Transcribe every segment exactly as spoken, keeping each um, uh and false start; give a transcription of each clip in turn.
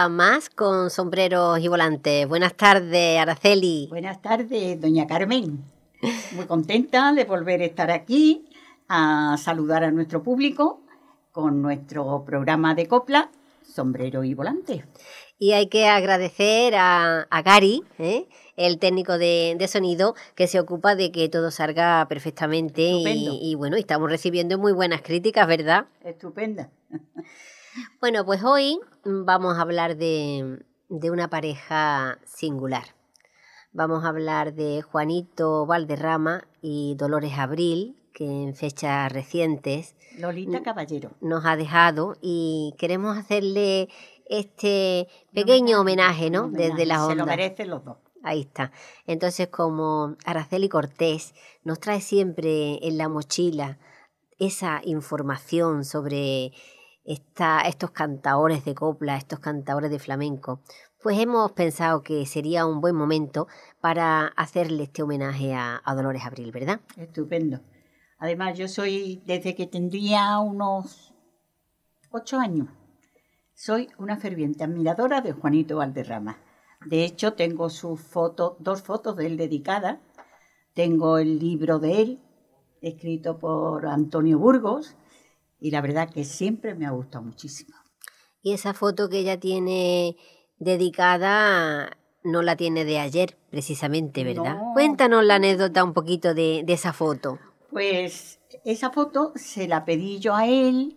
día más con Sombreros y Volantes. Buenas tardes, Araceli. Buenas tardes, doña Carmen. Muy contenta de volver a estar aquí a saludar a nuestro público con nuestro programa de copla, Sombrero y Volante. Y hay que agradecer a, a Gary, ¿eh? el técnico de, de sonido, que se ocupa de que todo salga perfectamente. Y, y bueno, estamos recibiendo muy buenas críticas, ¿verdad? Estupenda. Bueno, pues hoy vamos a hablar de, de una pareja singular. Vamos a hablar de Juanito Valderrama y Dolores Abril, que en fechas recientes Lolita Caballero nos ha dejado, y queremos hacerle este pequeño no homenaje, ¿no? Homenaje. Desde las ondas. Se lo merecen los dos. Ahí está. Entonces, como Araceli Cortés nos trae siempre en la mochila esa información sobre esta, estos cantaores de copla, estos cantaores de flamenco, pues hemos pensado que sería un buen momento para hacerle este homenaje a, a Dolores Abril, ¿verdad? Estupendo. Además, yo soy, desde que tendría unos ocho años, soy una ferviente admiradora de Juanito Valderrama. De hecho, tengo sus fotos, dos fotos de él dedicadas. Tengo el libro de él, escrito por Antonio Burgos, y la verdad que siempre me ha gustado muchísimo. Y esa foto que ella tiene dedicada no la tiene de ayer, precisamente, ¿verdad? No. Cuéntanos la anécdota un poquito de, de esa foto. Pues esa foto se la pedí yo a él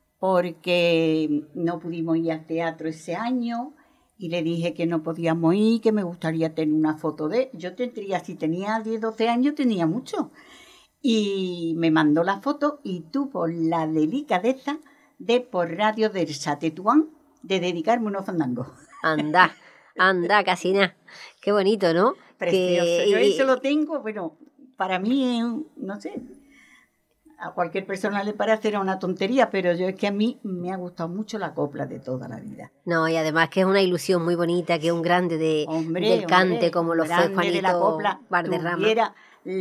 porque no pudimos ir al teatro ese año y le dije que no podíamos ir, que me gustaría tener una foto de él. Yo tendría, si tenía diez, doce años, tenía mucho. Y me mandó la foto y tuvo la delicadeza de, por radio del Satetuán, de dedicarme unos fandangos. Anda, anda, casi nada. Qué bonito, ¿no? Precioso. Que... Yo eso lo tengo, bueno, para mí, no sé, a cualquier persona le parecerá una tontería, pero yo es que a mí me ha gustado mucho la copla de toda la vida. No, y además que es una ilusión muy bonita que un grande de, hombre, del cante hombre, como lo fue Juanito de la copla Valderrama tuviera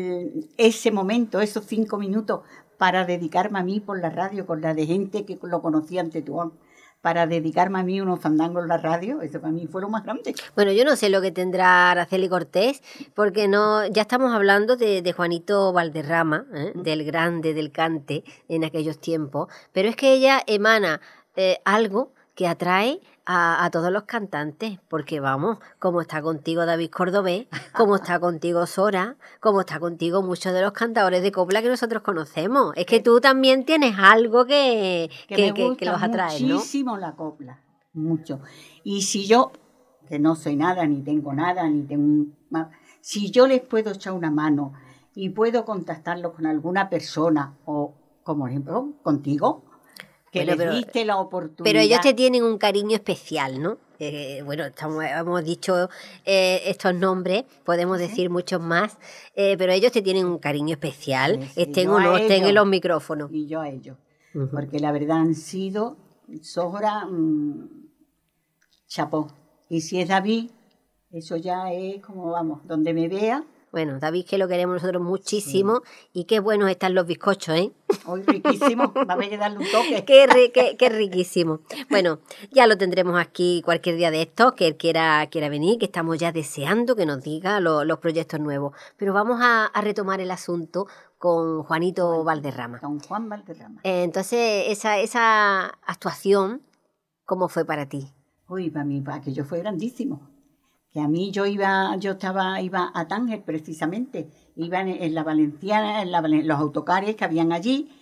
ese momento, esos cinco minutos para dedicarme a mí por la radio, con la de gente que lo conocía en Tetuán, para dedicarme a mí unos fandangos en la radio, eso para mí fue lo más grande. Bueno, yo no sé lo que tendrá Araceli Cortés, porque no, ya estamos hablando de, de Juanito Valderrama, ¿eh? mm. del grande del cante en aquellos tiempos, pero es que ella emana eh, algo que atrae a, a todos los cantantes, porque vamos, como está contigo David Cordobés, como está contigo Sora, como está contigo muchos de los cantadores de copla que nosotros conocemos. Es que tú también tienes algo que, que, que, me que, gusta que los atrae, ¿no? Muchísimo la copla, mucho. Y si yo, que no soy nada, ni tengo nada, ni tengo... Si yo les puedo echar una mano y puedo contactarlos con alguna persona, o como ejemplo, contigo, que bueno, les pero, diste la oportunidad. Pero ellos te tienen un cariño especial, ¿no? Eh, bueno, estamos, hemos dicho eh, estos nombres, podemos ¿sí? decir muchos más, eh, pero ellos te tienen un cariño especial, sí, sí, estén o no estén en los micrófonos. Y yo a ellos, uh-huh. porque la verdad han sido Sora, mmm, chapó. Y si es David, eso ya es como, vamos, donde me vea. Bueno, David, que lo queremos nosotros muchísimo, sí. y qué buenos están los bizcochos, ¿eh? Hoy riquísimo, va a haber que darle un toque. qué, ri- qué, qué riquísimo. Bueno, ya lo tendremos aquí cualquier día de estos, que él quiera, quiera venir, que estamos ya deseando que nos diga lo, los proyectos nuevos. Pero vamos a, a retomar el asunto con Juanito Juan, Valderrama. Con Juan Valderrama. Eh, entonces, esa, esa actuación, ¿cómo fue para ti? Uy, para mí, para aquello fue grandísimo. Que a mí yo iba, yo estaba, iba a Tánger precisamente, iba en, en la Valenciana, en, la, en los autocares que habían allí,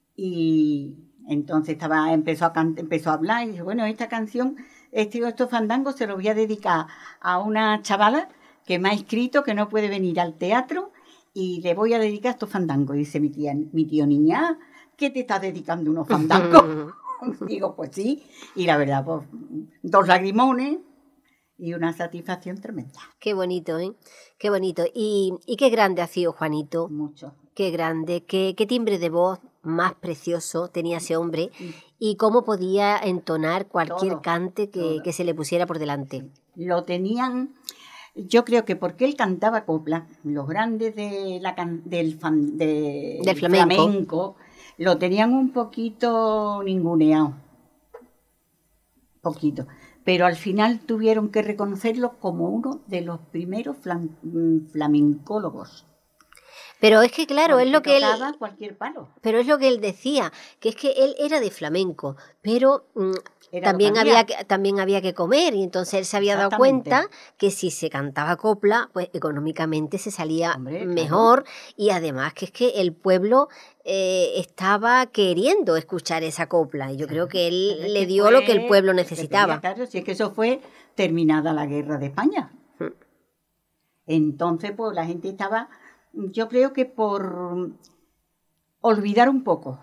y entonces estaba, empezó a can, empezó a hablar y dije, bueno, esta canción, este, estos fandangos se los voy a dedicar a una chavala que me ha escrito que no puede venir al teatro y le voy a dedicar estos fandangos. Y dice mi tía, mi tío, niña, ¿qué te estás dedicando unos fandangos? Digo, pues sí, y la verdad, pues, dos lagrimones. Y una satisfacción tremenda. Qué bonito, ¿eh? Qué bonito. Y, y qué grande ha sido Juanito. Mucho. Qué grande, qué, qué timbre de voz más precioso tenía ese hombre. Sí. Y cómo podía entonar cualquier todo, cante que, que se le pusiera por delante. Sí. Lo tenían, yo creo que porque él cantaba copla, los grandes de la can, del, fan, de, del flamenco. flamenco, lo tenían un poquito ninguneado. Poquito. pero al final tuvieron que reconocerlo como uno de los primeros flam- flamencólogos. Pero es que, claro, Porque es lo que él... tocaba cualquier palo. Pero es lo que él decía, que es que él era de flamenco, pero mm, Era también lo que había había. que, también había que comer, y entonces él se había dado Exactamente. cuenta que si se cantaba copla, pues económicamente se salía Hombre, mejor, y además que es que el pueblo eh, estaba queriendo escuchar esa copla, y yo creo que él Pero es le que dio lo que el fue- pueblo se necesitaba. pedía, claro, si es que eso fue terminada la guerra de España. Mm. Entonces, pues la gente estaba, yo creo que por olvidar un poco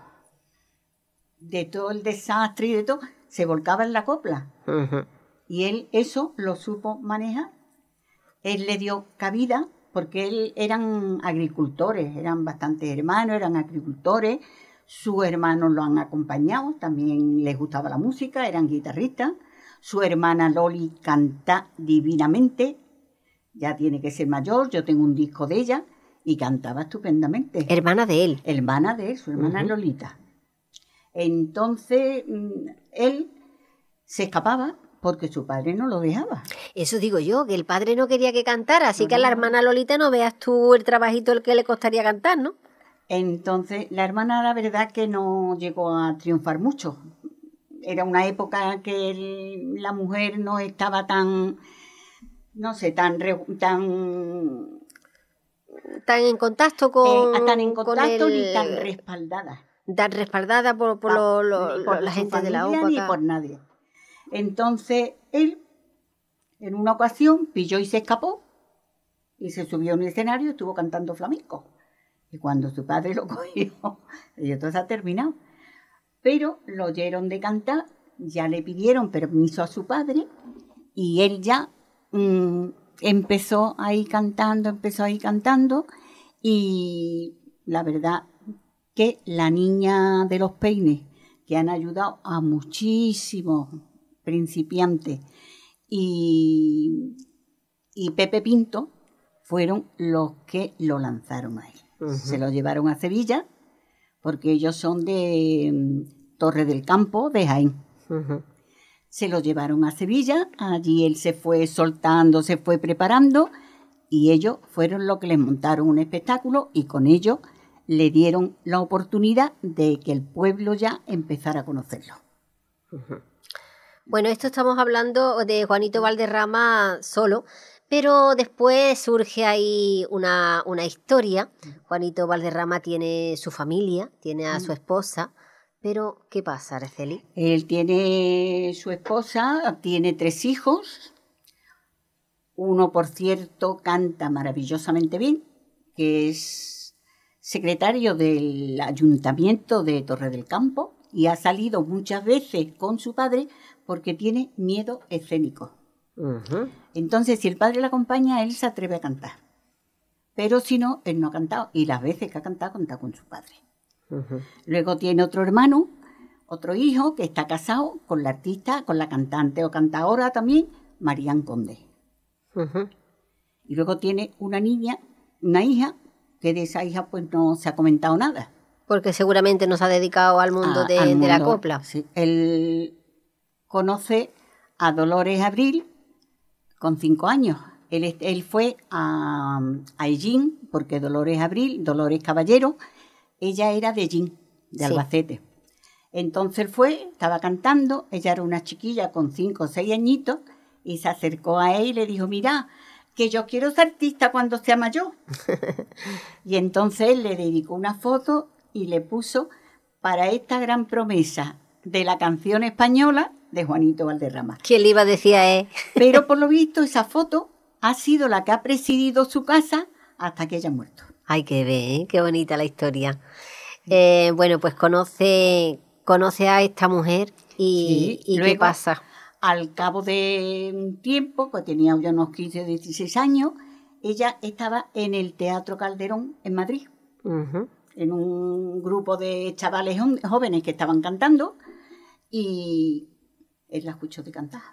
de todo el desastre y de todo, se volcaba en la copla. Ujú. Y él eso lo supo manejar. Él le dio cabida, porque él eran agricultores, eran bastantes hermanos, eran agricultores. Sus hermanos lo han acompañado, también les gustaba la música, eran guitarristas. Su hermana Loli canta divinamente, ya tiene que ser mayor, yo tengo un disco de ella, y cantaba estupendamente. Hermana de él. Hermana de él, su hermana Ujú. Lolita. Entonces, mm, él se escapaba porque su padre no lo dejaba. Eso digo yo, que el padre no quería que cantara, así No, que a la no. hermana Lolita no veas tú el trabajito el que le costaría cantar, ¿no? Entonces, la hermana, la verdad que no llegó a triunfar mucho. Era una época que el- la mujer no estaba tan, no sé, tan, re- tan, Tan en contacto con, eh, tan en con contacto el- ni tan respaldada. tan respaldada por, por Pa- lo- lo- ni por lo- la su gente de la familia ni época. por nadie. Entonces, él, en una ocasión, pilló y se escapó y se subió a un escenario y estuvo cantando flamenco. Y cuando su padre lo cogió, y esto se ha terminado. Pero lo oyeron de cantar, ya le pidieron permiso a su padre y él ya mm, empezó ahí cantando, empezó ahí cantando y la verdad que la niña de los peines, que han ayudado a muchísimos principiantes, y, y Pepe Pinto fueron los que lo lanzaron a él. Ujú. Se lo llevaron a Sevilla, porque ellos son de mm, Torre del Campo, de Jaén. Ujú. Se lo llevaron a Sevilla, allí él se fue soltando, se fue preparando, y ellos fueron los que les montaron un espectáculo, y con ello le dieron la oportunidad de que el pueblo ya empezara a conocerlo. Bueno, esto estamos hablando de Juanito Valderrama solo, pero después surge ahí una, una historia. Juanito Valderrama tiene su familia, tiene a su esposa, pero ¿qué pasa, Araceli? Él tiene su esposa, tiene tres hijos. Uno, por cierto, canta maravillosamente bien, que es secretario del Ayuntamiento de Torre del Campo y ha salido muchas veces con su padre porque tiene miedo escénico. Ujú. Entonces, si el padre le acompaña, él se atreve a cantar. Pero si no, él no ha cantado. Y las veces que ha cantado, ha cantado con su padre. Ujú. Luego tiene otro hermano, otro hijo, que está casado con la artista, con la cantante o cantadora también, Marián Conde. Ujú. Y luego tiene una niña, una hija, que de esa hija pues no se ha comentado nada. Porque seguramente nos ha dedicado al mundo, A- de, al de la mundo, copla. sí. Él conoce a Dolores Abril con cinco años. Él, es- él fue a, a Ellín, porque Dolores Abril, Dolores Caballero, ella era de Ellín, de Sí. Albacete. Entonces él fue, estaba cantando, ella era una chiquilla con cinco o seis añitos, y se acercó a él y le dijo, mira, que yo quiero ser artista cuando sea mayor. Y entonces él le dedicó una foto y le puso para esta gran promesa de la canción española de Juanito Valderrama. ¿Quién le iba a decir a él? Pero por lo visto esa foto ha sido la que ha presidido su casa hasta que ella ha muerto. Hay que ver, ¿eh? Qué bonita la historia. Eh, bueno, pues conoce, conoce a esta mujer y, Sí, y ¿qué luego- pasa? Al cabo de un tiempo, que tenía ya unos quince o dieciséis años, ella estaba en el Teatro Calderón en Madrid, Ujú. en un grupo de chavales jo- jóvenes que estaban cantando, y él la escuchó de cantar.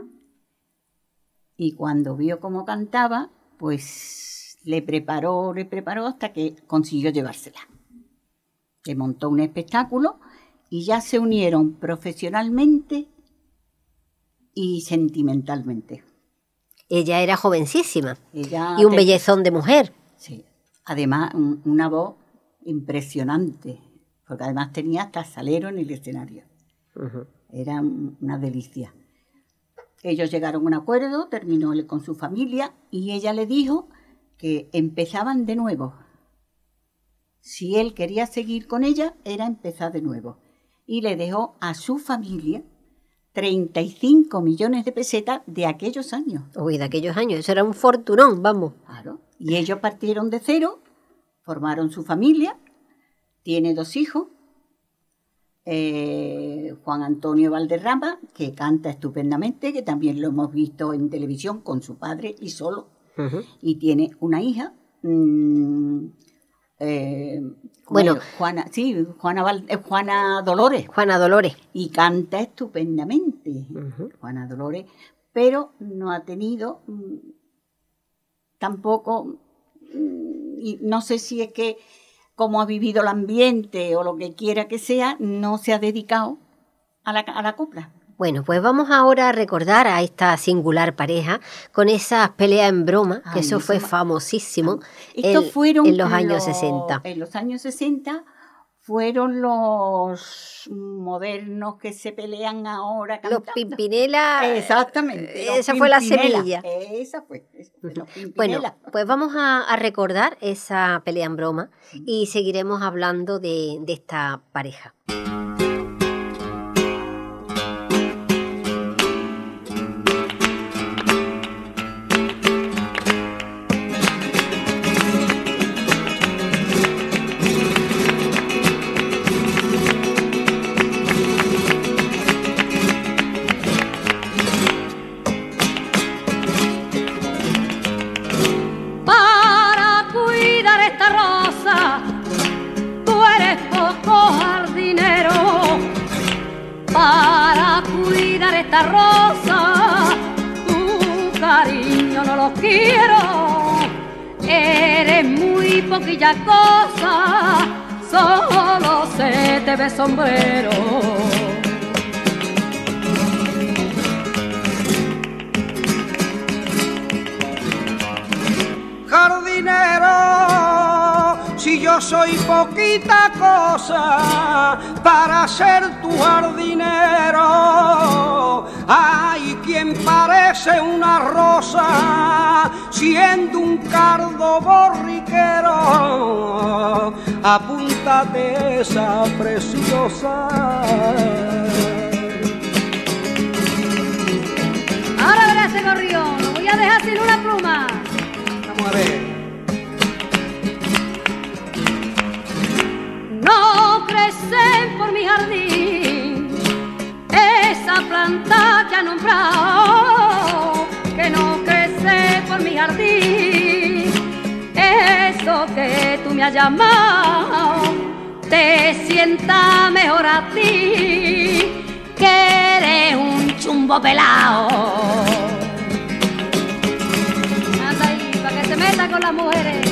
Y cuando vio cómo cantaba, pues le preparó, le preparó hasta que consiguió llevársela. Le montó un espectáculo y ya se unieron profesionalmente y sentimentalmente. Ella era jovencísima Ella y un te- bellezón de mujer. Sí. Además, un- una voz impresionante, porque además tenía hasta salero en el escenario. Ujú. Era un- una delicia. Ellos llegaron a un acuerdo, terminó él con su familia y ella le dijo que empezaban de nuevo. Si él quería seguir con ella, era empezar de nuevo. Y le dejó a su familia treinta y cinco millones de pesetas de aquellos años. Uy, de aquellos años, eso era un fortunón, vamos. Claro. Y ellos partieron de cero, formaron su familia, tiene dos hijos, eh, Juan Antonio Valderrama, que canta estupendamente, que también lo hemos visto en televisión con su padre y solo, Ujú. y tiene una hija, mm, eh, Bueno. Juana, sí, Juana, Val- eh, Juana Dolores, Juana Dolores. y canta estupendamente, Ujú. Juana Dolores, pero no ha tenido mm, tampoco, mm, y no sé si es que como ha vivido el ambiente o lo que quiera que sea, no se ha dedicado a la, a la copla. Bueno, pues vamos ahora a recordar a esta singular pareja con esas peleas en broma, que Ay, eso eso fue ma- famosísimo Estos en, fueron en los años sesenta. En los años sesenta fueron los modernos que se pelean ahora Los cantando. Pimpinela. Exactamente. los Esa fue la Pimpinela. semilla. Esa fue. esa fue, los Bueno, Pimpinela. pues vamos a, a recordar esa pelea en broma y seguiremos hablando de, de esta pareja. Para cuidar esta rosa, tú eres poco jardinero. Para cuidar esta rosa, tu cariño no lo quiero. Eres muy poquilla cosa, solo se te ve sombrero. Jardinero, si yo soy poquita cosa para ser tu jardinero, hay quien parece una rosa siendo un cardo borriquero. Apúntate esa preciosa. Ahora verás ese gorrión, lo voy a dejar sin una pluma. Vamos a ver. No crecen por mi jardín esa planta que ha nombrado, que no crece por mi jardín eso que tú me has llamado. Te sienta mejor a ti, que eres un chumbo pelao. Anda ahí, para que se meta con las mujeres.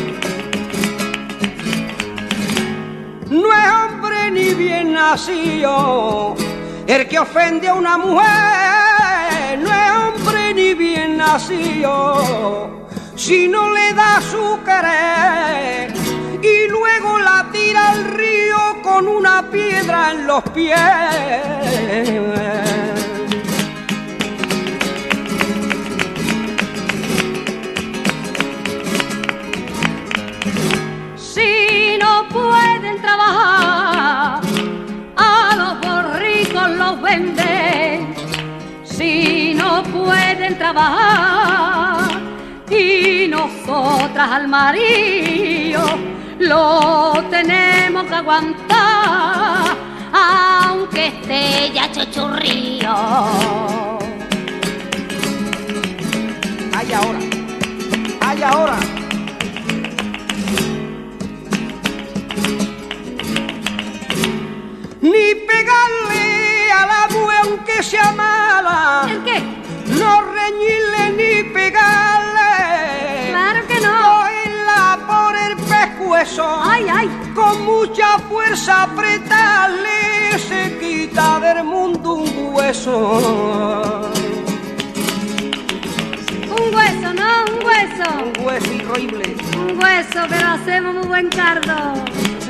No es hombre ni bien nacido el que ofende a una mujer, no es hombre ni bien nacido si no le da su querer y luego la tira al río con una piedra en los pies. Si no pueden trabajar, a los borricos los venden. Si no pueden trabajar, y nosotras al marido lo tenemos que aguantar, aunque esté ya chochurrío. ¡Ay ahora! ¡Ay ahora! Ni pegarle a la mujer aunque sea mala. ¿El qué? No reñirle ni pegarle. Claro que no. Cogerla por el pescuezo. Ay, ay. Con mucha fuerza apretarle. Se quita del mundo un hueso. hueso. Un hueso horrible. Un hueso, pero hacemos muy buen cardo.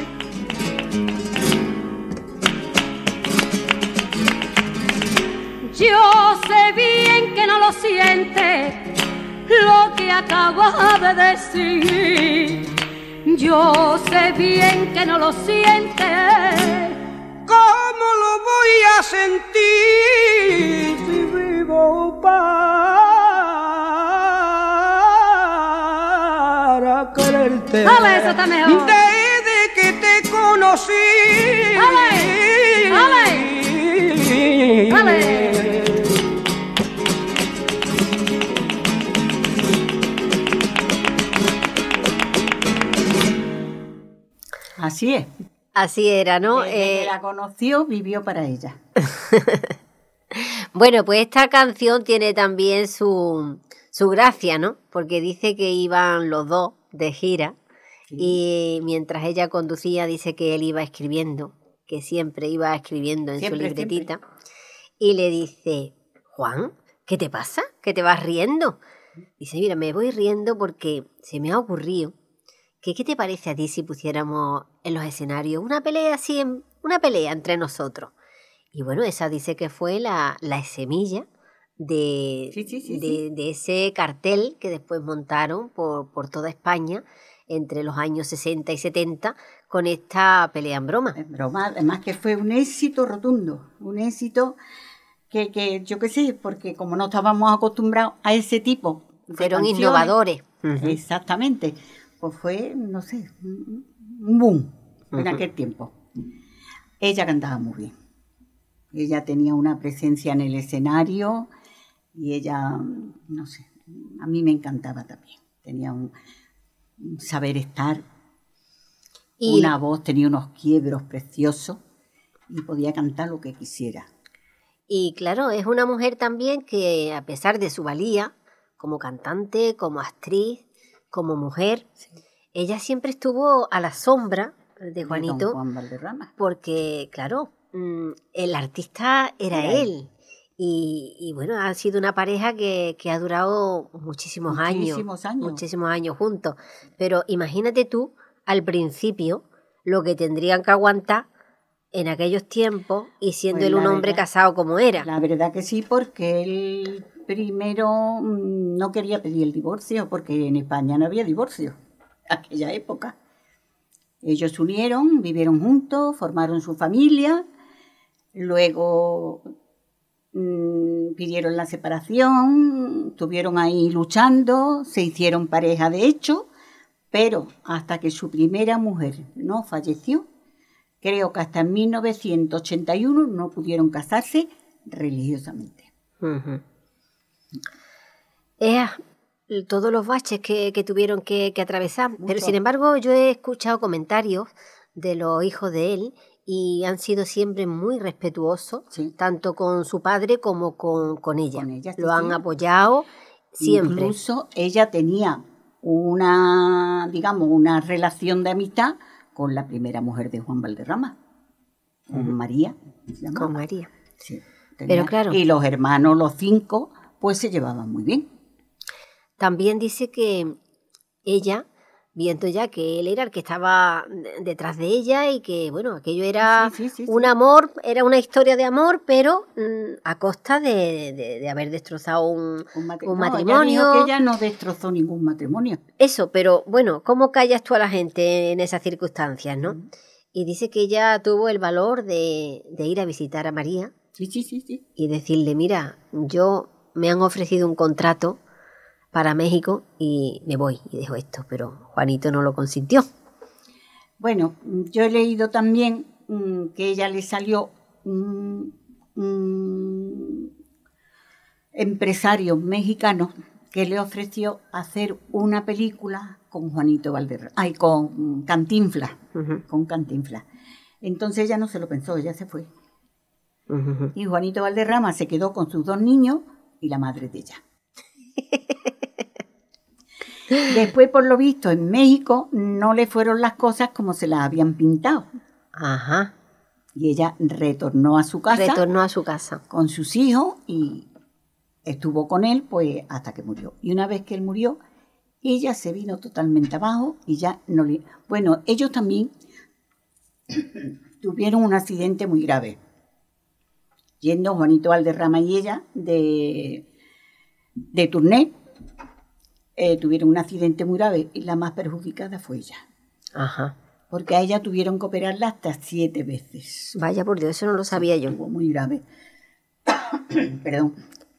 Yo sé bien que no lo siente lo que acabas de decir. Yo sé bien que no lo siente. ¿Cómo lo voy a sentir si vivo para quererte? ¡Ale, eso está mejor! Desde que te conocí. ¡Ale! ¡Ale! ¡Ale! Así es. Así era, ¿no? Desde Eh, que la conoció, vivió para ella. Bueno, pues esta canción tiene también su, su gracia, ¿no? Porque dice que iban los dos de gira Sí. y mientras ella conducía dice que él iba escribiendo, que siempre iba escribiendo en Siempre, su libretita. Y le dice, Juan, ¿qué te pasa? ¿Que te vas riendo? Dice, mira, me voy riendo porque se me ha ocurrido que ¿qué te parece a ti si pusiéramos en los escenarios una pelea así, en- una pelea entre nosotros? Y bueno, esa dice que fue la, la semilla de, Sí, sí, sí, de, sí. de ese cartel que después montaron por, por toda España entre los años sesenta y setenta con esta pelea en broma. Es broma, además que fue un éxito rotundo, un éxito que, que yo qué sé, porque como no estábamos acostumbrados a ese tipo de Fueron canciones, innovadores. Ujú. exactamente, pues fue, no sé, un un boom en Ujú. aquel tiempo. Ella cantaba muy bien, ella tenía una presencia en el escenario y ella, no sé, a mí me encantaba también, tenía un, un saber estar, Y, una voz, tenía unos quiebros preciosos y podía cantar lo que quisiera. y claro, es una mujer también que a pesar de su valía como cantante, como actriz, como mujer, ella siempre estuvo a la sombra de De don Juanito, Juan Valderrama. porque claro, mm, el artista era, Era él. él. Y, y bueno, ha sido una pareja que, que ha durado muchísimos, años. Muchísimos años. Muchísimos años juntos. Pero imagínate tú, al principio, lo que tendrían que aguantar en aquellos tiempos y siendo Pues él un la hombre verdad- casado como era. La verdad que sí, porque él primero mm, no quería pedir el divorcio, porque en España no había divorcio, aquella época. Ellos se unieron, vivieron juntos, formaron su familia, luego mm, pidieron la separación, estuvieron ahí luchando, se hicieron pareja de hecho, pero hasta que su primera mujer no falleció, creo que hasta en mil novecientos ochenta y uno no pudieron casarse religiosamente. Ujú. Ea, todos los baches que, que tuvieron que, que atravesar. Pero Mucho. sin embargo, yo he escuchado comentarios de los hijos de él y han sido siempre muy respetuosos, Sí. tanto con su padre como con, con ella. Con ella, sí, Lo han sí. apoyado siempre. Incluso ella tenía una, digamos, una relación de amistad con la primera mujer de Juan Valderrama, con María. se llamaba. Con María. Sí, Pero claro. Y los hermanos, los cinco, pues se llevaban muy bien. También dice que ella, viendo ya que él era el que estaba de- detrás de ella y que, bueno, aquello era Sí, sí, sí, sí. un amor, era una historia de amor, pero mm, a costa de, de- de haber destrozado un, Un, matri- un no, ella matrimonio. dijo que ella no destrozó ningún matrimonio. Eso, pero bueno, ¿cómo callas tú a la gente en esas circunstancias, no? Mm. Y dice que ella tuvo el valor de, de ir a visitar a María Sí, sí, sí, sí. y decirle, mira, yo me han ofrecido un contrato para México y me voy y dejo esto, pero Juanito no lo consintió. Bueno, yo he leído también mm, que ella le salió un, un empresario mexicano que le ofreció hacer una película con Juanito Valderrama, ay, con Cantinflas, Ujú, con Cantinflas. Entonces ella no se lo pensó, ella se fue. ujú, ujú. Y Juanito Valderrama se quedó con sus dos niños y la madre de ella. Después, por lo visto, en México no le fueron las cosas como se las habían pintado. Ajá. Y ella retornó a su casa Retornó a su casa. con sus hijos y estuvo con él pues hasta que murió. Y una vez que él murió, ella se vino totalmente abajo y ya no le... Bueno, ellos también tuvieron un accidente muy grave. Yendo Juanito Valderrama y ella de, de turné, eh, tuvieron un accidente muy grave y la más perjudicada fue ella. Ajá. Porque a ella tuvieron que operarla hasta siete veces. Vaya por Dios, eso no lo sabía yo. Estuvo muy grave. Perdón.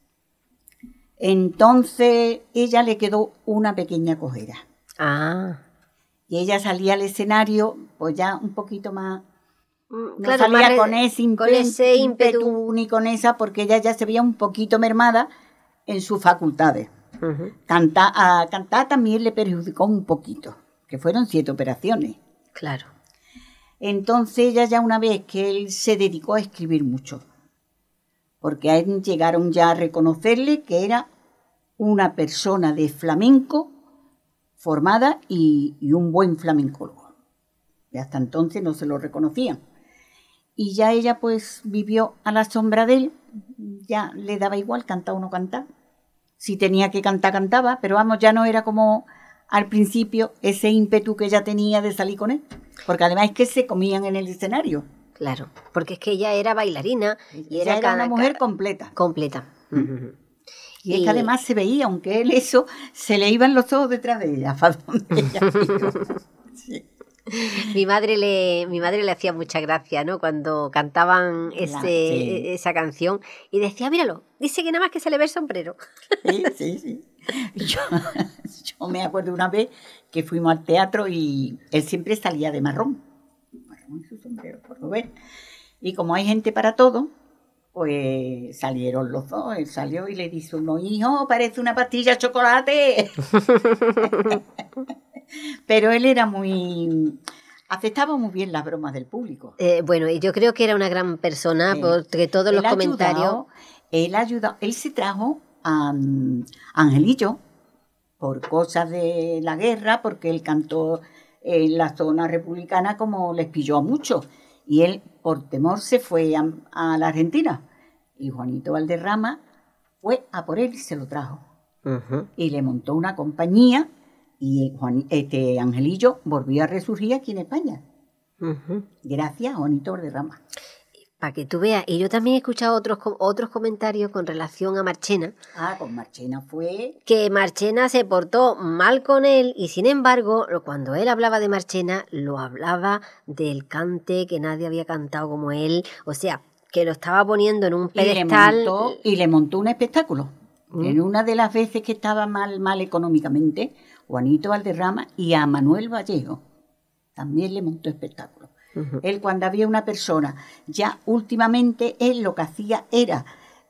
Entonces, ella le quedó una pequeña cojera. Ah. Y ella salía al escenario, pues ya un poquito más... No claro, salía más con ese ímpetu, con ese ímpetu. ímpetu ni con esa, porque ella ya se veía un poquito mermada en sus facultades. Uh-huh. Cantar, a cantar también le perjudicó un poquito, que fueron siete operaciones. Claro. Entonces ella ya una vez que él se dedicó a escribir mucho, porque a él llegaron ya a reconocerle que era una persona de flamenco formada y, y un buen flamencólogo. Y hasta entonces no se lo reconocían. Y ya ella pues vivió a la sombra de él, ya le daba igual cantar o no cantar. Si tenía que cantar, cantaba, pero vamos, ya no era como al principio ese ímpetu que ella tenía de salir con él. Porque además es que se comían en el escenario. Claro, porque es que ella era bailarina y ella era, era una mujer ca- completa. Completa. Uh-huh. Y, y es que además se veía, aunque él eso, se le iban los ojos detrás de ella, para donde ella iba. Sí. Mi madre le, mi madre le hacía mucha gracia, ¿no? Cuando cantaban ese, sí. esa canción y decía, míralo, dice que nada más que se le ve el sombrero. Sí, sí, sí. Yo, yo me acuerdo una vez que fuimos al teatro y él siempre salía de marrón. Marrón en su sombrero, por lo ver. Y como hay gente para todo, pues salieron los dos. Él salió y le dice uno, hijo, parece una pastilla de chocolate. Pero él era muy... aceptaba muy bien las bromas del público. Eh, bueno, y yo creo que era una gran persona, Sí. porque todos Él los ha comentarios... ayudado, él ayudó, él se trajo a um, Angelillo por cosas de la guerra, porque él cantó en la zona republicana como les pilló a muchos. Y él, por temor, se fue a, a la Argentina. Y Juanito Valderrama fue a por él y se lo trajo. Uh-huh. Y le montó una compañía y Juan, este Angelillo volvió a resurgir aquí en España. Uh-huh. Gracias a Juanito Valderrama. Para que tú veas. Y yo también he escuchado otros, otros comentarios con relación a Marchena. Ah, con Marchena fue... Que Marchena se portó mal con él y sin embargo, cuando él hablaba de Marchena, lo hablaba del cante, que nadie había cantado como él. O sea, que lo estaba poniendo en un pedestal. Y le montó, y le montó un espectáculo. ¿Mm? En una de las veces que estaba mal, mal económicamente, Juanito Valderrama y a Manuel Vallejo también le montó espectáculo. Uh-huh. Él cuando había una persona, ya últimamente él lo que hacía era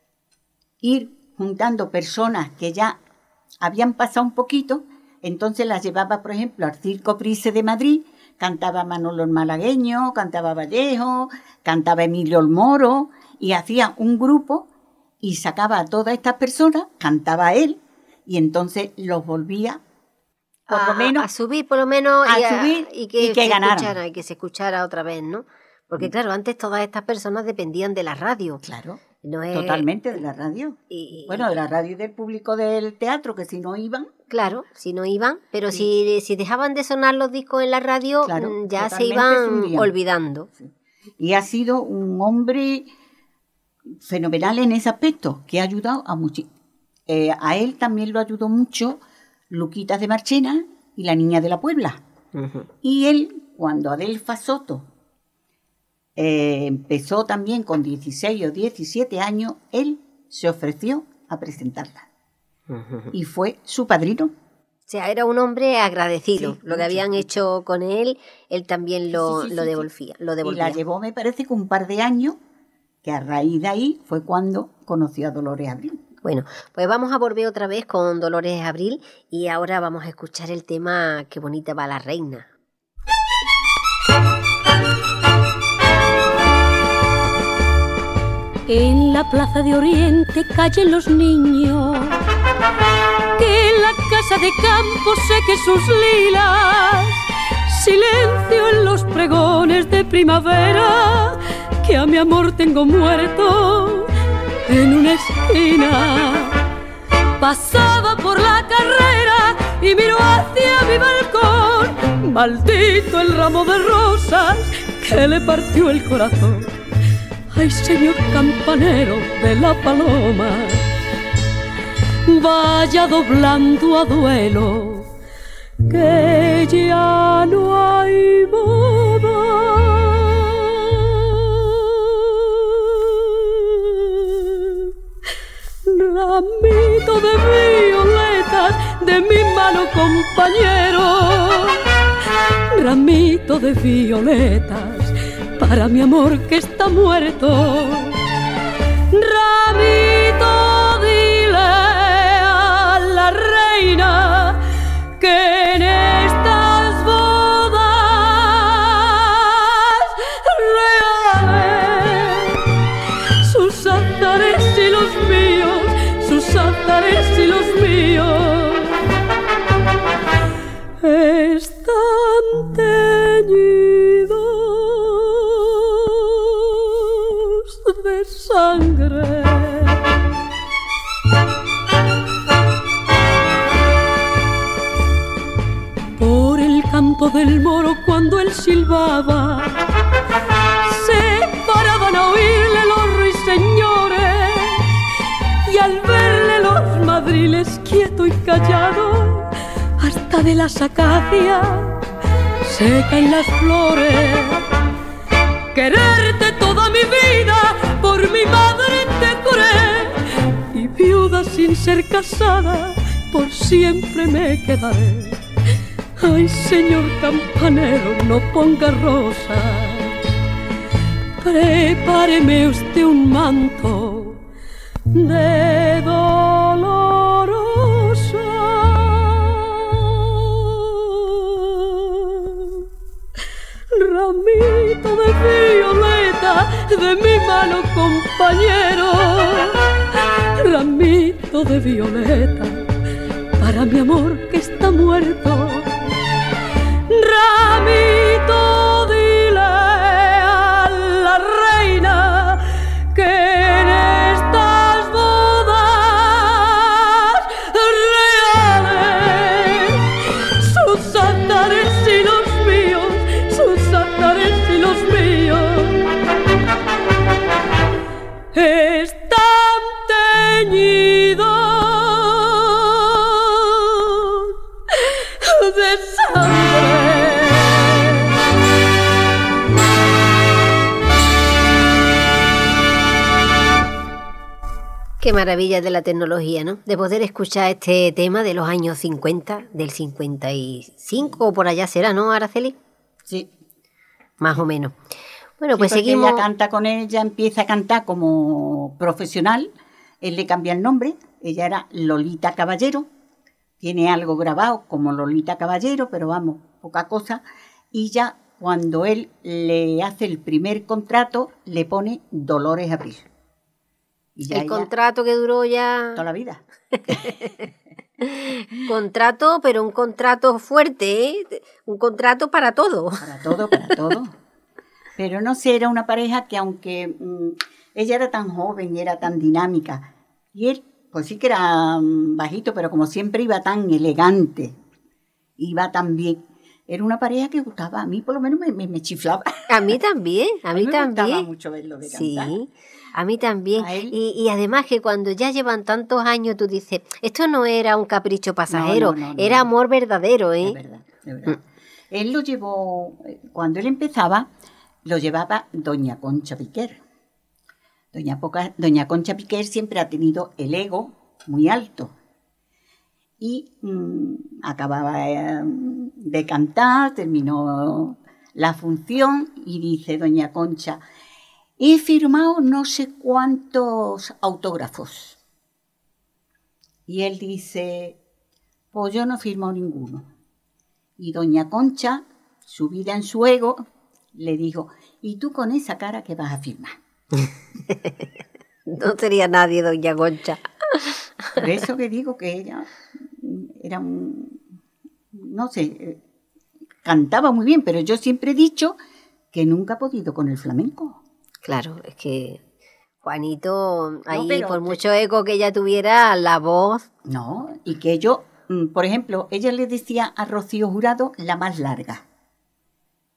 ir juntando personas que ya habían pasado un poquito, entonces las llevaba, por ejemplo, al Circo Price de Madrid, cantaba Manolo el Malagueño, cantaba Vallejo, cantaba Emilio el Moro, y hacía un grupo y sacaba a todas estas personas, cantaba él, y entonces los volvía por a, lo menos a subir por lo menos a y, a, subir y que, y que se ganaran. escuchara y que se escuchara otra vez, ¿no? Porque claro, antes todas estas personas dependían de la radio. Claro, no es... totalmente de la radio. Y, bueno, de la radio y del público del teatro, que si no iban... Claro, si no iban, pero sí. si, si dejaban de sonar los discos en la radio, claro, ya se iban subirían. olvidando. Sí. Y ha sido un hombre fenomenal en ese aspecto, que ha ayudado a muchos. Eh, a él también lo ayudó mucho Luquitas de Marchena y la Niña de la Puebla. Uh-huh. Y él, cuando Adelfa Soto eh, empezó también con dieciséis o diecisiete años, él se ofreció a presentarla. Uh-huh. Y fue su padrino. O sea, era un hombre agradecido. Sí, lo que habían hecho con él, él también lo, sí, sí, lo, sí, devolvía, lo devolvía. Y la llevó, me parece, que un par de años, que a raíz de ahí fue cuando conoció a Dolores Abril. Bueno, pues vamos a volver otra vez con Dolores Abril y ahora vamos a escuchar el tema Qué bonita va la reina. En la plaza de Oriente callen los niños, que en la casa de campo seque sus lilas, silencio en los pregones de primavera, que a mi amor tengo muerto en una esquina. Pasaba por la carrera y miró maldito el ramo de rosas que le partió el corazón. Ay, señor campanero de la paloma, vaya doblando a duelo, que ya no hay boda. Ramito de violetas de mi mano compañero, ramito de violetas para mi amor que está muerto. Ramito, dile a la reina que en estas bodas reales sus altares y los míos, sus altares y los míos están teñidos de sangre. Por el campo del Moro cuando él silbaba, se paraban a oírle los ruiseñores, y al verle los madriles quieto y callado, hasta de las acacias se caen las flores. Quererte toda mi vida, por mi madre te juré, y viuda sin ser casada, por siempre me quedaré. Ay, señor campanero, no ponga rosas, prepáreme usted un manto de dolorosa. Ramito de violeta de mi mano compañero, ramito de violeta para mi amor que está muerto. Ramito, dile a la reina que en estas bodas reales sus altares y los míos, sus altares y los míos están teñidos de sangre. Qué maravilla de la tecnología, ¿no? De poder escuchar este tema de los años cincuenta, del cincuenta y cinco o por allá será, ¿no, Araceli? Sí. Más o menos. Bueno, Sí, pues porque seguimos. ella canta con él, ella empieza a cantar como profesional, él le cambia el nombre, ella era Lolita Caballero, tiene algo grabado como Lolita Caballero, pero vamos, poca cosa, y ya cuando él le hace el primer contrato, le pone Dolores Abril. Y ya El ella, contrato que duró ya... toda la vida. Contrato, pero un contrato fuerte, ¿eh? Un contrato para todo. Para todo, para todo. Pero no sé, era una pareja que aunque mmm, ella era tan joven y era tan dinámica, y él, pues sí que era mmm, bajito, pero como siempre iba tan elegante, iba tan bien. Era una pareja que gustaba, a mí por lo menos me, me, me chiflaba. A mí también, a mí me también. gustaba mucho verlo de cantar. Sí, a mí también. A él- Y, y además que cuando ya llevan tantos años, tú dices, esto no era un capricho pasajero, No, no, no, no. era amor verdadero, Es ¿eh? verdad, es verdad. Él lo llevó, cuando él empezaba, lo llevaba doña Concha Piquer. Doña, Poca- doña Concha Piquer siempre ha tenido el ego muy alto. Y mmm, acababa eh, de cantar, terminó la función y dice doña Concha, he firmado no sé cuántos autógrafos. Y él dice, pues yo no he firmado ninguno. Y doña Concha, subida en su ego, le dijo, ¿y tú con esa cara qué vas a firmar? No sería nadie, doña Concha. Por eso que digo que ella era un, no sé, eh, cantaba muy bien, pero yo siempre he dicho que nunca ha podido con el flamenco. Claro, es que Juanito, ahí pero por que- mucho eco que ella tuviera, la voz... No, y que yo, mm, por ejemplo, ella le decía a Rocío Jurado la más larga.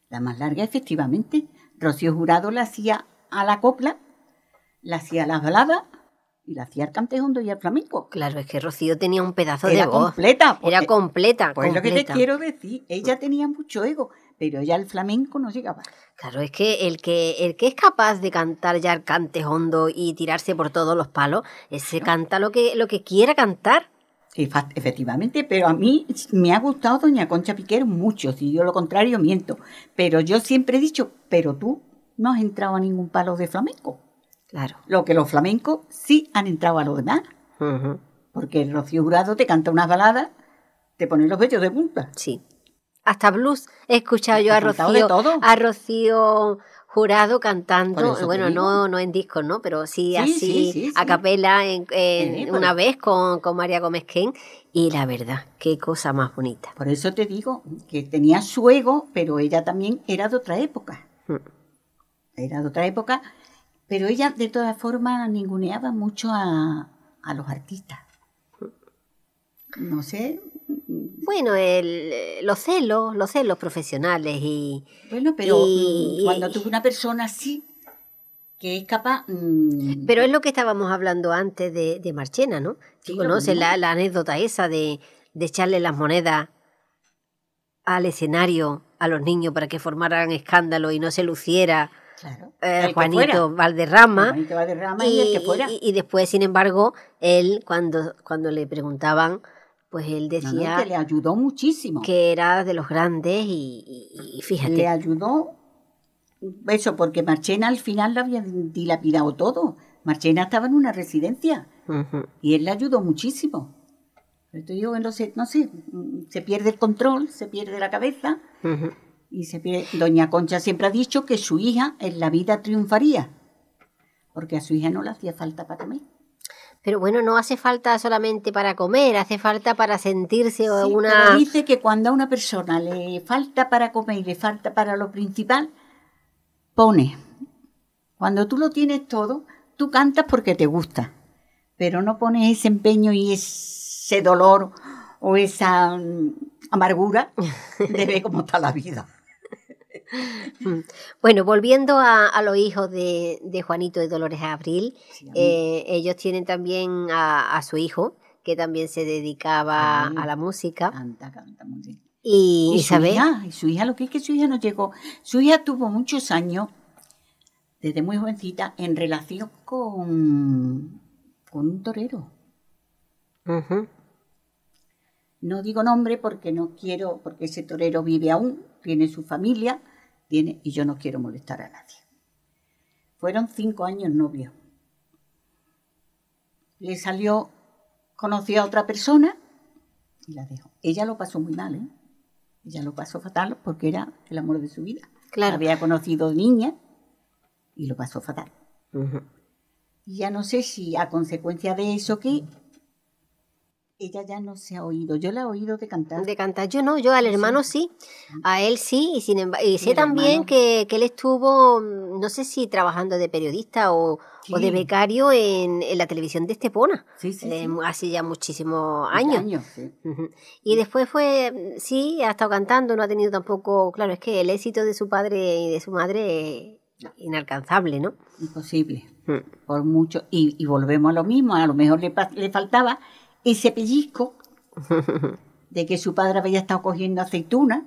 La más larga, efectivamente. Rocío Jurado la hacía a la copla, la hacía a las baladas y la hacía al cantejondo y al flamenco. Claro, es que Rocío tenía un pedazo Era de voz. completa. porque- Era completa, Pues lo que te completa. quiero decir, ella tenía mucho ego, pero ya el flamenco no llegaba. Claro, es que el que el que es capaz de cantar ya el cante hondo y tirarse por todos los palos, ese canta lo que lo que quiera cantar. Efa- Efectivamente, pero a mí me ha gustado doña Concha Piquer mucho, si yo lo contrario miento. Pero yo siempre he dicho, pero tú no has entrado a ningún palo de flamenco. Claro. Lo que los flamencos sí han entrado a lo demás. Ujú, Porque el Rocío Jurado te canta unas baladas, te pone los vellos de punta. sí. Hasta blues he escuchado yo Ha a cantado de Rocío, todo. a Rocío Jurado Por cantando, eso te bueno, digo. no no en discos, ¿no? Pero sí, Sí, así sí, sí, a sí. capela en, en- Sí, por una eso. vez con, con María Gómez Ken y la verdad, qué cosa más bonita. Por eso te digo que tenía su ego, pero ella también era de otra época. Mm. Era de otra época, pero ella de todas formas ninguneaba mucho a, a los artistas. No sé, Bueno, el, los celos, los celos profesionales y bueno, pero Y- mm, cuando tuve una persona así, que es capaz... mm, pero es lo que estábamos hablando antes de, de Marchena, ¿no? Sí, Tú lo conoces mismo. la, la anécdota esa de, de echarle las monedas al escenario a los niños para que formaran escándalo y no se luciera claro, eh, el que Juanito fuera. Valderrama. Juanito Valderrama y, el que fuera. y- y después, sin embargo, él, cuando, cuando le preguntaban, pues él No, no, decía que le ayudó muchísimo. que era de los grandes y, y- y fíjate. Le ayudó eso, porque Marchena al final lo había dilapidado todo. Marchena estaba en una residencia Ujú. y él le ayudó muchísimo. Pero te digo, no sé, no sé, se pierde el control, se pierde la cabeza Ujú. y se pierde. Doña Concha siempre ha dicho que su hija en la vida triunfaría, porque a su hija no le hacía falta para comer. Pero bueno, no hace falta solamente para comer, hace falta para sentirse Sí, una... pero dice que cuando a una persona le falta para comer y le falta para lo principal, pone. Cuando tú lo tienes todo, tú cantas porque te gusta, pero no pones ese empeño y ese dolor o esa mm, amargura de ver cómo está la vida. Bueno, volviendo a, a los hijos de, de Juanito y Dolores Abril, Sí, a mí. eh, ellos tienen también a, a su hijo, que también se dedicaba Sí. a la música, Canta, canta muy bien. y, Y su Isabel, hija, y su hija, lo que es que su hija no llegó. Su hija tuvo muchos años, desde muy jovencita, en relación con, con un torero. Ujú, No digo nombre porque no quiero, porque ese torero vive aún, tiene su familia, tiene, y yo no quiero molestar a nadie. Fueron cinco años novios. Le salió, conoció a otra persona y la dejó. Ella lo pasó muy mal, ¿eh? Ella lo pasó fatal porque era el amor de su vida. Claro. Había conocido niña y lo pasó fatal. ujú. Y ya no sé si a consecuencia de eso que ella ya no se ha oído. Yo la he oído de cantar. De cantar yo no, yo al hermano sí, a él sí, y sin embargo, y sé el también hermano. que, que él estuvo, mm, no sé si trabajando de periodista o, o de Sí. becario en, en la televisión de Estepona, Sí, sí, eh, sí. hace ya muchísimos años. Años, sí. Ujú. Y después fue, sí, ha estado cantando, no ha tenido tampoco, claro, es que el éxito de su padre y de su madre es inalcanzable, ¿no? Imposible. Mm. Por mucho. Y, y volvemos a lo mismo. A lo mejor le, pa- le faltaba ese pellizco de que su padre había estado cogiendo aceituna.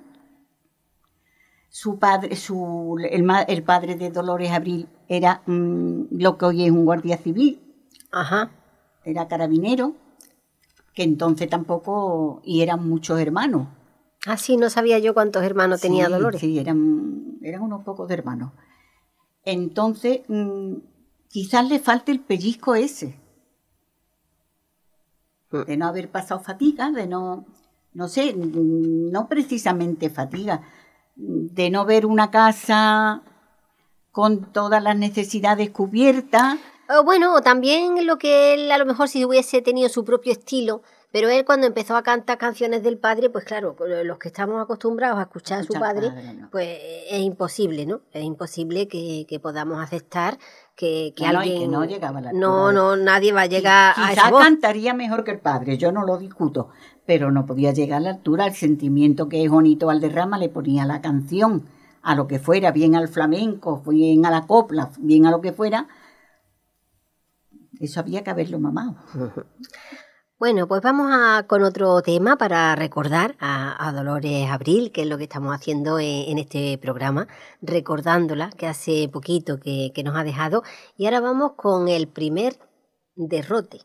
Su padre, su, el, ma- el padre de Dolores Abril era mm, lo que hoy es un guardia civil, Ajá. era carabinero, que entonces tampoco, y eran muchos hermanos. Ah, sí, no sabía yo cuántos hermanos tenía Sí, Dolores. Sí, eran, eran unos pocos de hermanos. Entonces, mm, quizás le falte el pellizco ese, Mm. de no haber pasado fatiga, de no, no sé, mm, no precisamente fatiga, de no ver una casa con todas las necesidades cubiertas. Eh, Bueno, o también lo que él a lo mejor si hubiese tenido su propio estilo, pero él cuando empezó a cantar canciones del padre, pues claro, los que estamos acostumbrados a escuchar a su Escuchar padre, padre, no. pues es imposible, ¿no? Es imposible que, que podamos aceptar que, que No, no, y alguien... que no llegaba a la No, altura de- no, nadie va a llegar a Quizás esa voz. cantaría mejor que el padre, yo no lo discuto, pero no podía llegar a la altura. El sentimiento que Juanito Valderrama le ponía a la canción, a lo que fuera, bien al flamenco, bien a la copla, bien a lo que fuera, eso había que haberlo mamado. Bueno, pues vamos a, con otro tema para recordar a, a Dolores Abril, que es lo que estamos haciendo en, en este programa, recordándola, que hace poquito que, que nos ha dejado. Y ahora vamos con el primer derrote.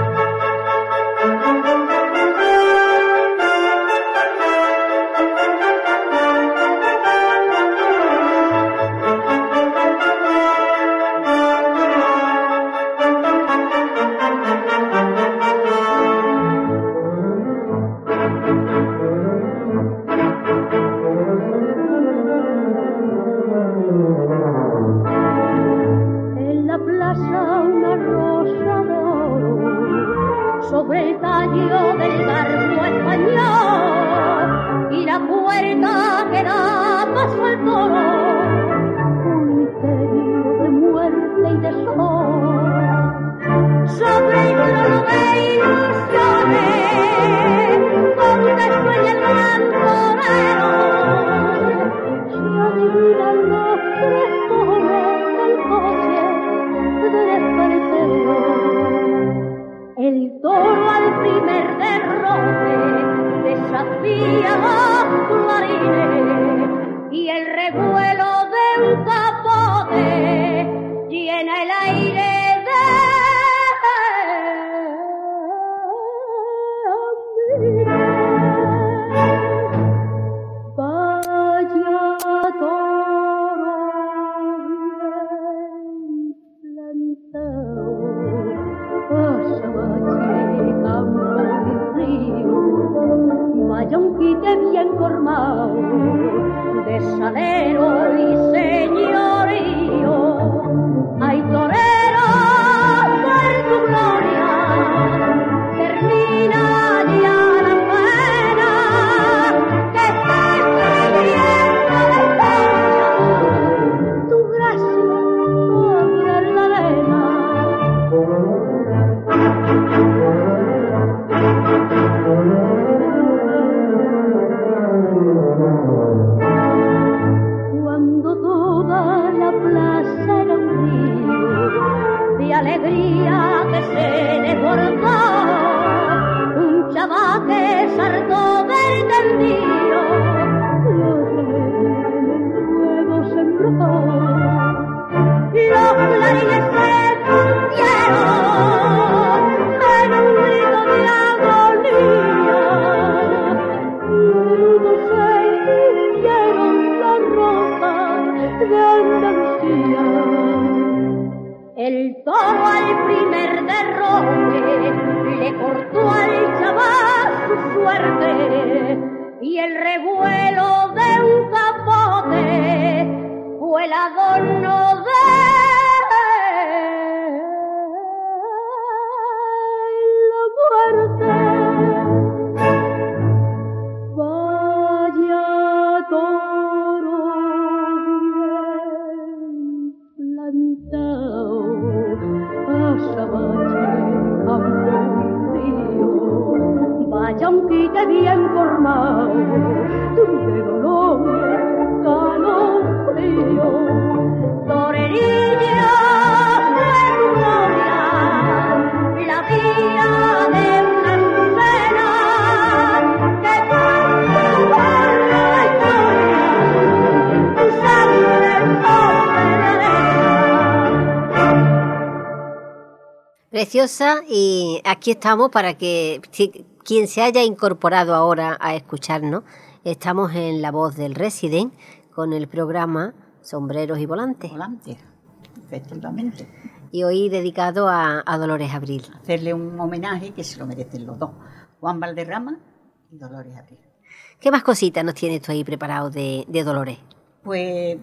Preciosa, y aquí estamos para que si, quien se haya incorporado ahora a escucharnos, estamos en La Voz del Resident con el programa Sombreros y Volantes. Volantes, efectivamente. Y hoy dedicado a, a Dolores Abril. Hacerle un homenaje que se lo merecen los dos, Juan Valderrama y Dolores Abril. ¿Qué más cositas nos tienes tú ahí preparado de, de Dolores? Pues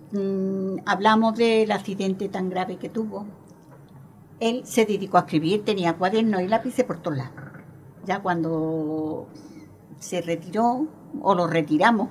mmm, hablamos del accidente tan grave que tuvo. Él se dedicó a escribir, tenía cuadernos y lápices por todos lados. Ya cuando se retiró, o lo retiramos,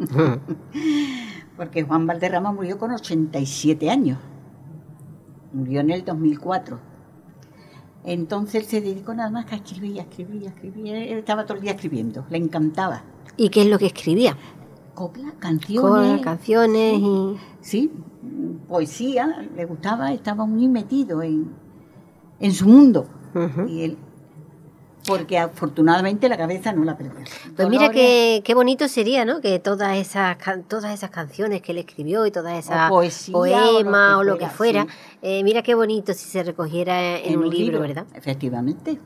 porque Juan Valderrama murió con ochenta y siete años. Murió en el dos mil cuatro. Entonces él se dedicó nada más que a escribir, a escribir, a escribir. Él estaba todo el día escribiendo, le encantaba. ¿Y qué es lo que escribía? coplas, canciones. Con canciones y... Sí, poesía, le gustaba, estaba muy metido en, en su mundo. Uh-huh. Y él, porque afortunadamente la cabeza no la perdió. Pues mira qué, qué bonito sería, ¿no? Que todas esas todas esas canciones que él escribió y todas esas poemas o lo que fuera, sí. eh, mira qué bonito si se recogiera en, en un, un libro, libro, ¿verdad? Efectivamente.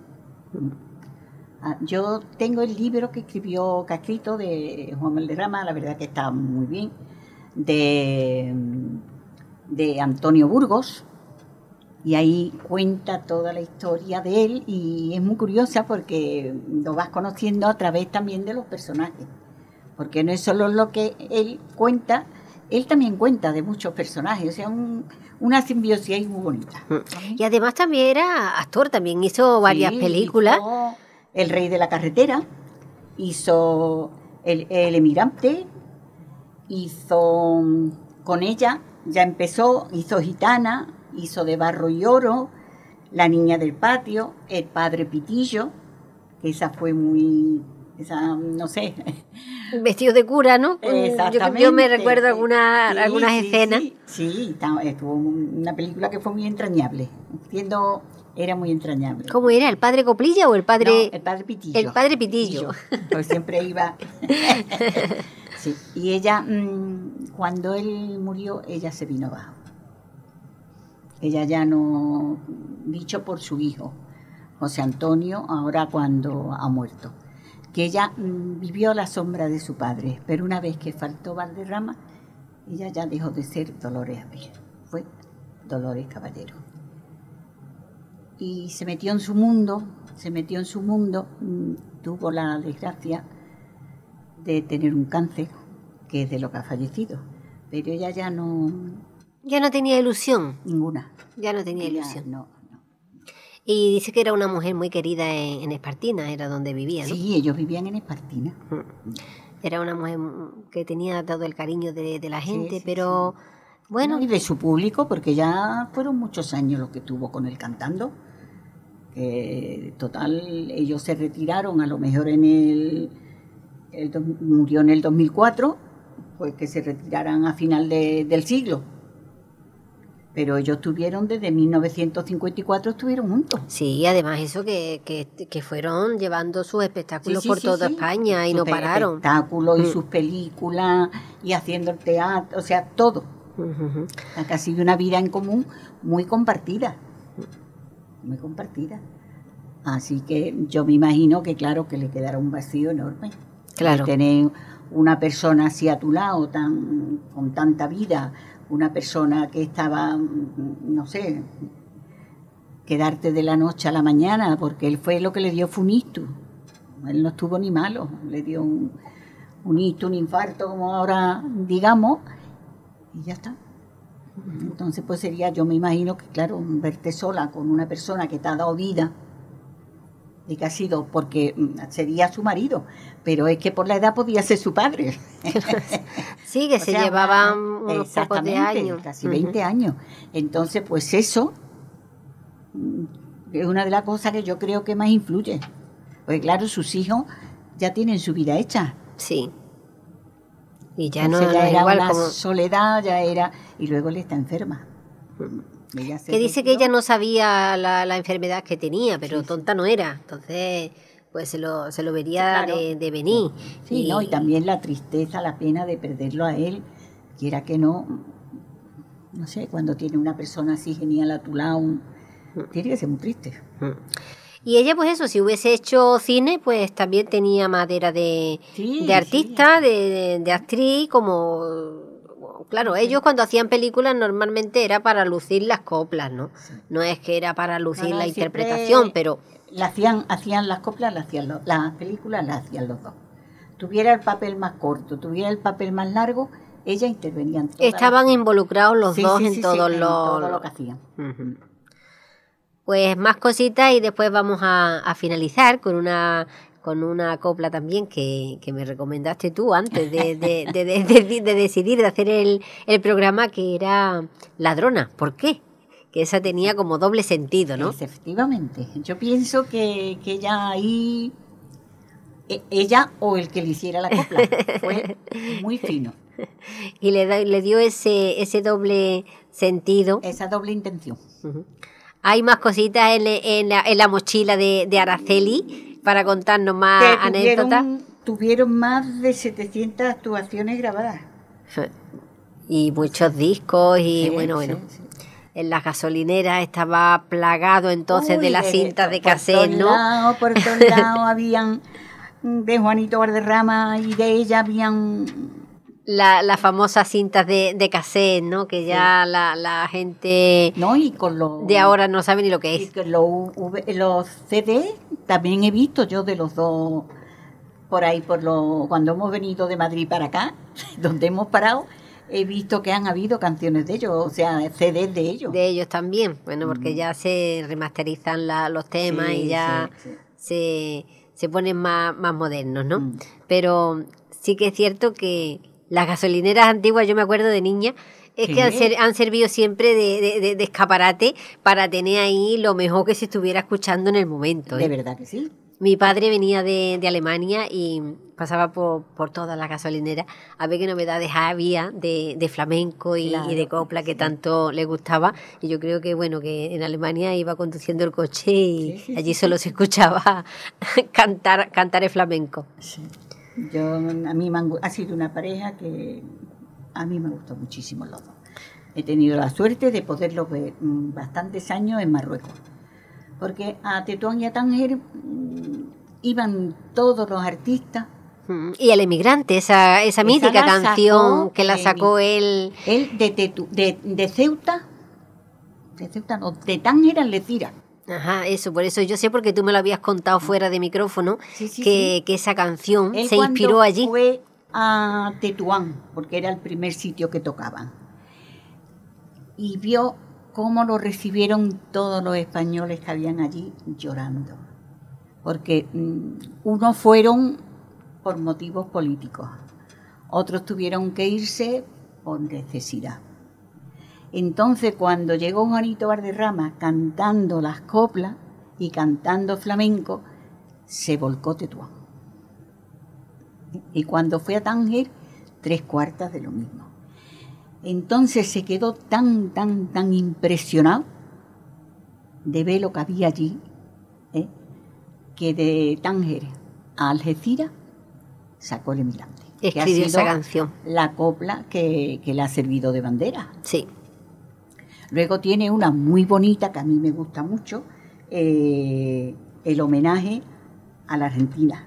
Yo tengo el libro que escribió, que ha escrito de Juan Valderrama, la verdad que está muy bien, de, de Antonio Burgos, y ahí cuenta toda la historia de él y es muy curiosa porque lo vas conociendo a través también de los personajes, porque no es solo lo que él cuenta, él también cuenta de muchos personajes, o sea, un, una simbiosis ahí muy bonita. Y además también era actor, también hizo varias sí, películas. Hizo El Rey de la Carretera, hizo El, el Emirante, hizo con ella, ya empezó, hizo Gitana, hizo De Barro y Oro, La Niña del Patio, El Padre Pitillo, que esa fue muy, esa, no sé. Vestido de cura, ¿no? Exactamente. Yo, yo me recuerdo alguna, sí, algunas sí, escenas. Sí, sí, estuvo una película que fue muy entrañable, siendo, era muy entrañable. ¿Cómo era? ¿El Padre Coplilla o el Padre...? No, el Padre Pitillo. El Padre Pitillo. Pitillo, pues siempre iba... sí, y ella, mmm, cuando él murió, ella se vino abajo. Ella ya no, dicho por su hijo, José Antonio, ahora cuando ha muerto, que ella mmm, vivió a la sombra de su padre, pero una vez que faltó Valderrama, ella ya dejó de ser Dolores Abril, fue Dolores Caballero. Y se metió en su mundo, se metió en su mundo, mmm, tuvo la desgracia de tener un cáncer, que es de lo que ha fallecido, pero ella ya no... Ya no tenía ilusión. Ninguna. Ya no tenía ella, ilusión. No, no. Y dice que era una mujer muy querida en, en Espartina, era donde vivía, ¿no? Sí, ellos vivían en Espartina. Era una mujer que tenía todo el cariño de, de la gente, sí, sí, pero sí. bueno... No, y de su público, porque ya fueron muchos años los que tuvo con él cantando. Que total, ellos se retiraron a lo mejor en el... el murió en el dos mil cuatro, pues que se retiraran a final de, del siglo. Pero ellos tuvieron desde mil novecientos cincuenta y cuatro, estuvieron juntos. Sí, además eso que, que, que fueron llevando sus espectáculos sí, sí, por sí, toda sí. España y sus no pararon. Sus espectáculos y mm. sus películas y haciendo el teatro, o sea, todo. Uh-huh. Casi de una vida en común muy compartida. Muy compartida. Así que yo me imagino que claro que le quedará un vacío enorme. Claro. Tener una persona así a tu lado, tan, con tanta vida, una persona que estaba, no sé, quedarte de la noche a la mañana, porque él fue lo que le dio fue un ictus. Él no estuvo ni malo, le dio un, un ictus, un infarto, como ahora digamos, y ya está. Entonces pues sería, yo me imagino que claro, verte sola con una persona que te ha dado vida, y que ha sido, porque sería su marido, pero es que por la edad podía ser su padre. Sí, que o se sea, llevaban unos pocos de años. Casi veinte uh-huh. años. Entonces, pues eso es una de las cosas que yo creo que más influye. Porque claro, sus hijos ya tienen su vida hecha. Sí. Y ya Entonces, no, ya no era igual una como... soledad, ya era... Y luego él está enferma. Uh-huh. Que dice que ella no sabía la, la enfermedad que tenía, pero sí, tonta no era. Entonces, pues se lo, se lo vería sí, claro. de, de venir. Sí, y... no, y también la tristeza, la pena de perderlo a él, quiera que no, no sé, cuando tiene una persona así genial a tu lado, tiene que ser muy triste. Y ella, pues eso, si hubiese hecho cine, pues también tenía madera de, sí, de artista, sí. de, de, de actriz, como... Claro, ellos cuando hacían películas normalmente era para lucir las coplas, ¿no? Sí. No es que era para lucir no, no, la interpretación, pero... La hacían, hacían las coplas, las, hacían los, las películas las hacían los dos. Tuviera el papel más corto, tuviera el papel más largo, ellas intervenían todas. Estaban las... involucrados los sí, dos sí, en, sí, todos sí, los... en todo lo que hacían. Uh-huh. Pues más cositas y después vamos a, a finalizar con una... con una copla también que, que me recomendaste tú antes de, de, de, de, de, de decidir de hacer el, el programa, que era Ladrona. ¿Por qué? Que esa tenía como doble sentido, ¿no? Efectivamente. Yo pienso que, que ella ahí e- ella o el que le hiciera la copla. Fue muy fino. Y le, da- le dio ese, ese doble sentido. Esa doble intención. Ujú. Hay más cositas en, en la, en la mochila de, de Araceli para contarnos más Que anécdotas. tuvieron, tuvieron más de setecientas actuaciones grabadas. Y muchos discos y Sí, bueno, sí, bueno. sí. En las gasolineras estaba plagado entonces Uy, de las cintas de cassette, por todos ¿no? lados, por todos lados habían de Juanito Valderrama y de ella habían... La- las famosas cintas de, de cassette, ¿no? Que ya la, la gente No, y con los... de ahora no sabe ni lo que y es. con los, V- los C D también he visto yo de los dos por ahí, por lo, cuando hemos venido de Madrid para acá, donde hemos parado, he visto que han habido canciones de ellos, o sea, C Ds de ellos. De ellos también, bueno, porque Mm. ya se remasterizan la- los temas Sí, y ya sí, sí. Se, se ponen más, más modernos, ¿no? Mm. Pero sí que es cierto que las gasolineras antiguas, yo me acuerdo de niña, es ¿Qué? que han, ser- han servido siempre de, de- de- de escaparate para tener ahí lo mejor que se estuviera escuchando en el momento. ¿eh? De verdad que sí. Mi padre venía de, de Alemania y pasaba por, por todas las gasolineras a ver qué novedades había de, de flamenco y, Claro, y de copla que sí. tanto le gustaba. Y yo creo que bueno que en Alemania iba conduciendo el coche y Sí, sí, allí sí, solo se escuchaba cantar, cantar el flamenco. Sí. Yo, a mí me han gu- ha sido una pareja que a mí me gustó muchísimo los dos. He tenido la suerte de poderlos ver mm, bastantes años en Marruecos. Porque a Tetuán y a Tánger mm, iban todos los artistas. Mm, Y El Emigrante, esa, esa Esa mítica la canción sacó que la el sacó él. Él de, Tetu- de, de Ceuta, de Ceuta no, de Tánger a Algeciras. Ajá, eso, por eso yo sé porque tú me lo habías contado fuera de micrófono, Sí, sí, que, sí. que esa canción Él se cuando inspiró allí. fue a Tetuán, porque era el primer sitio que tocaban, y vio cómo lo recibieron todos los españoles que habían allí llorando. Porque mm, unos fueron por motivos políticos, otros tuvieron que irse por necesidad. Entonces, cuando llegó Juanito Valderrama cantando las coplas y cantando flamenco, se volcó Tetuán. Y cuando fue a Tánger, tres cuartas de lo mismo. Entonces se quedó tan, tan, tan impresionado de ver lo que había allí, ¿eh? que de Tánger a Algeciras sacó El Emigrante. que ha Escribió esa sido canción. la copla que, que le ha servido de bandera. Sí. Luego tiene una muy bonita que a mí me gusta mucho, eh, el homenaje a la Argentina.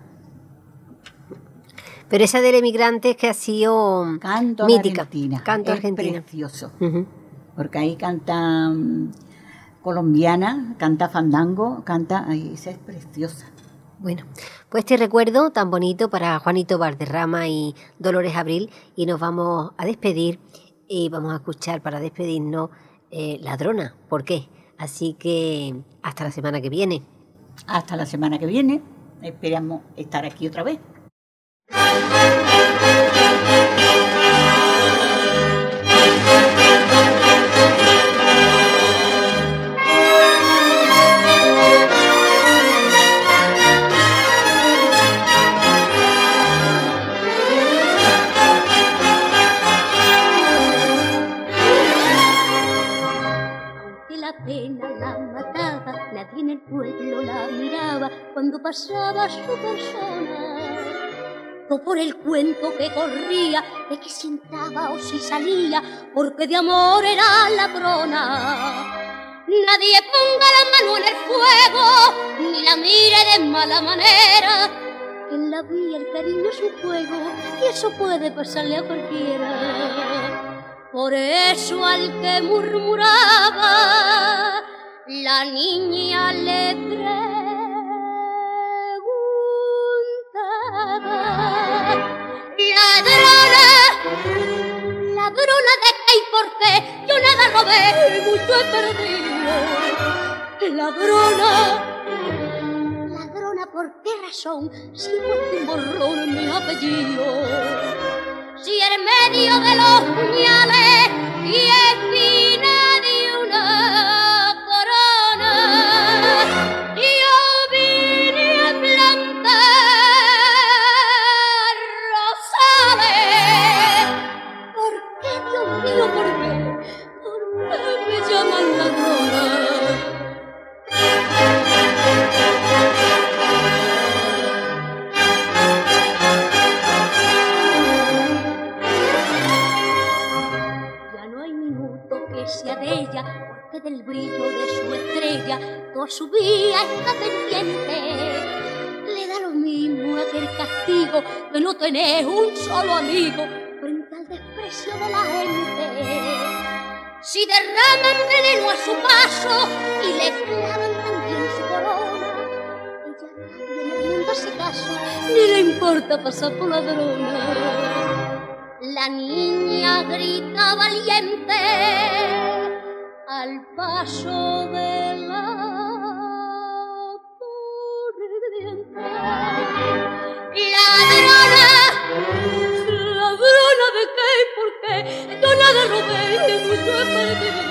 Pero esa del Emigrante es que ha sido Canto a mítica. la Argentina. Canto es argentina. precioso. Ujú. Porque ahí canta mm, colombiana, canta fandango, canta, ay, esa es preciosa. Bueno, pues este recuerdo tan bonito para Juanito Valderrama y Dolores Abril, y nos vamos a despedir y vamos a escuchar para despedirnos eh, Ladrona. ¿Por qué? Así que hasta la semana que viene. Hasta la semana que viene, esperamos estar aquí otra vez. Que la pena la mataba, nadie en el pueblo la miraba cuando pasaba su persona. O por el cuento que corría de que si entraba o si salía, porque de amor era ladrona. Nadie ponga la mano en el fuego, ni la mire de mala manera, que en la vida el cariño es un juego y eso puede pasarle a cualquiera. Por eso al que murmuraba, la niña le preguntaba: ladrona, ladrona de qué y por qué, yo nada robé, mucho he perdido. Ladrona, ladrona, ¿por qué razón si puesto un borrón en mi apellido? Si en medio de los puñales y espina de una corona, yo vine a plantar de ella, porque del brillo de su estrella toda su vida está pendiente. Le da lo mismo aquel castigo de no tener un solo amigo frente al desprecio de la gente. Si derraman veneno a su paso y le clavan también su corona, ella nadie en el mundo hace caso, ni le importa pasar por ladrona. La niña grita valiente al paso de la corriente. Ladrona, ladrona de qué y por qué, yo nada robé y mucho he perdido.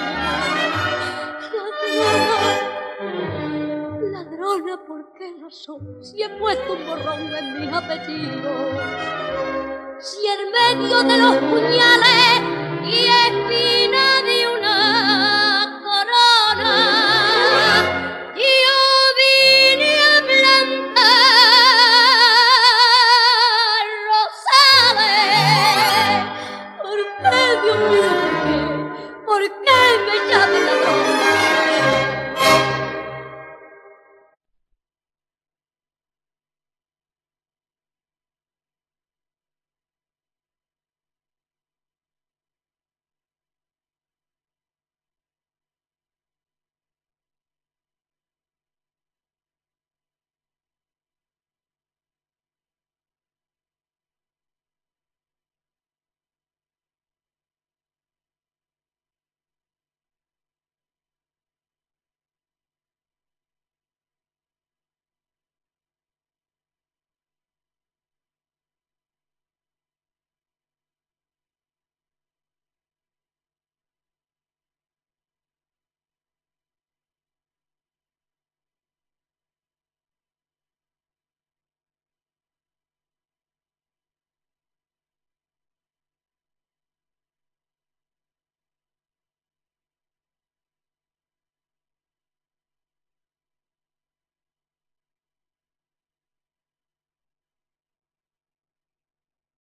Ladrona, ladrona, ¿por qué razón? Si he puesto un borrón en mis apellidos, si en medio de los puñales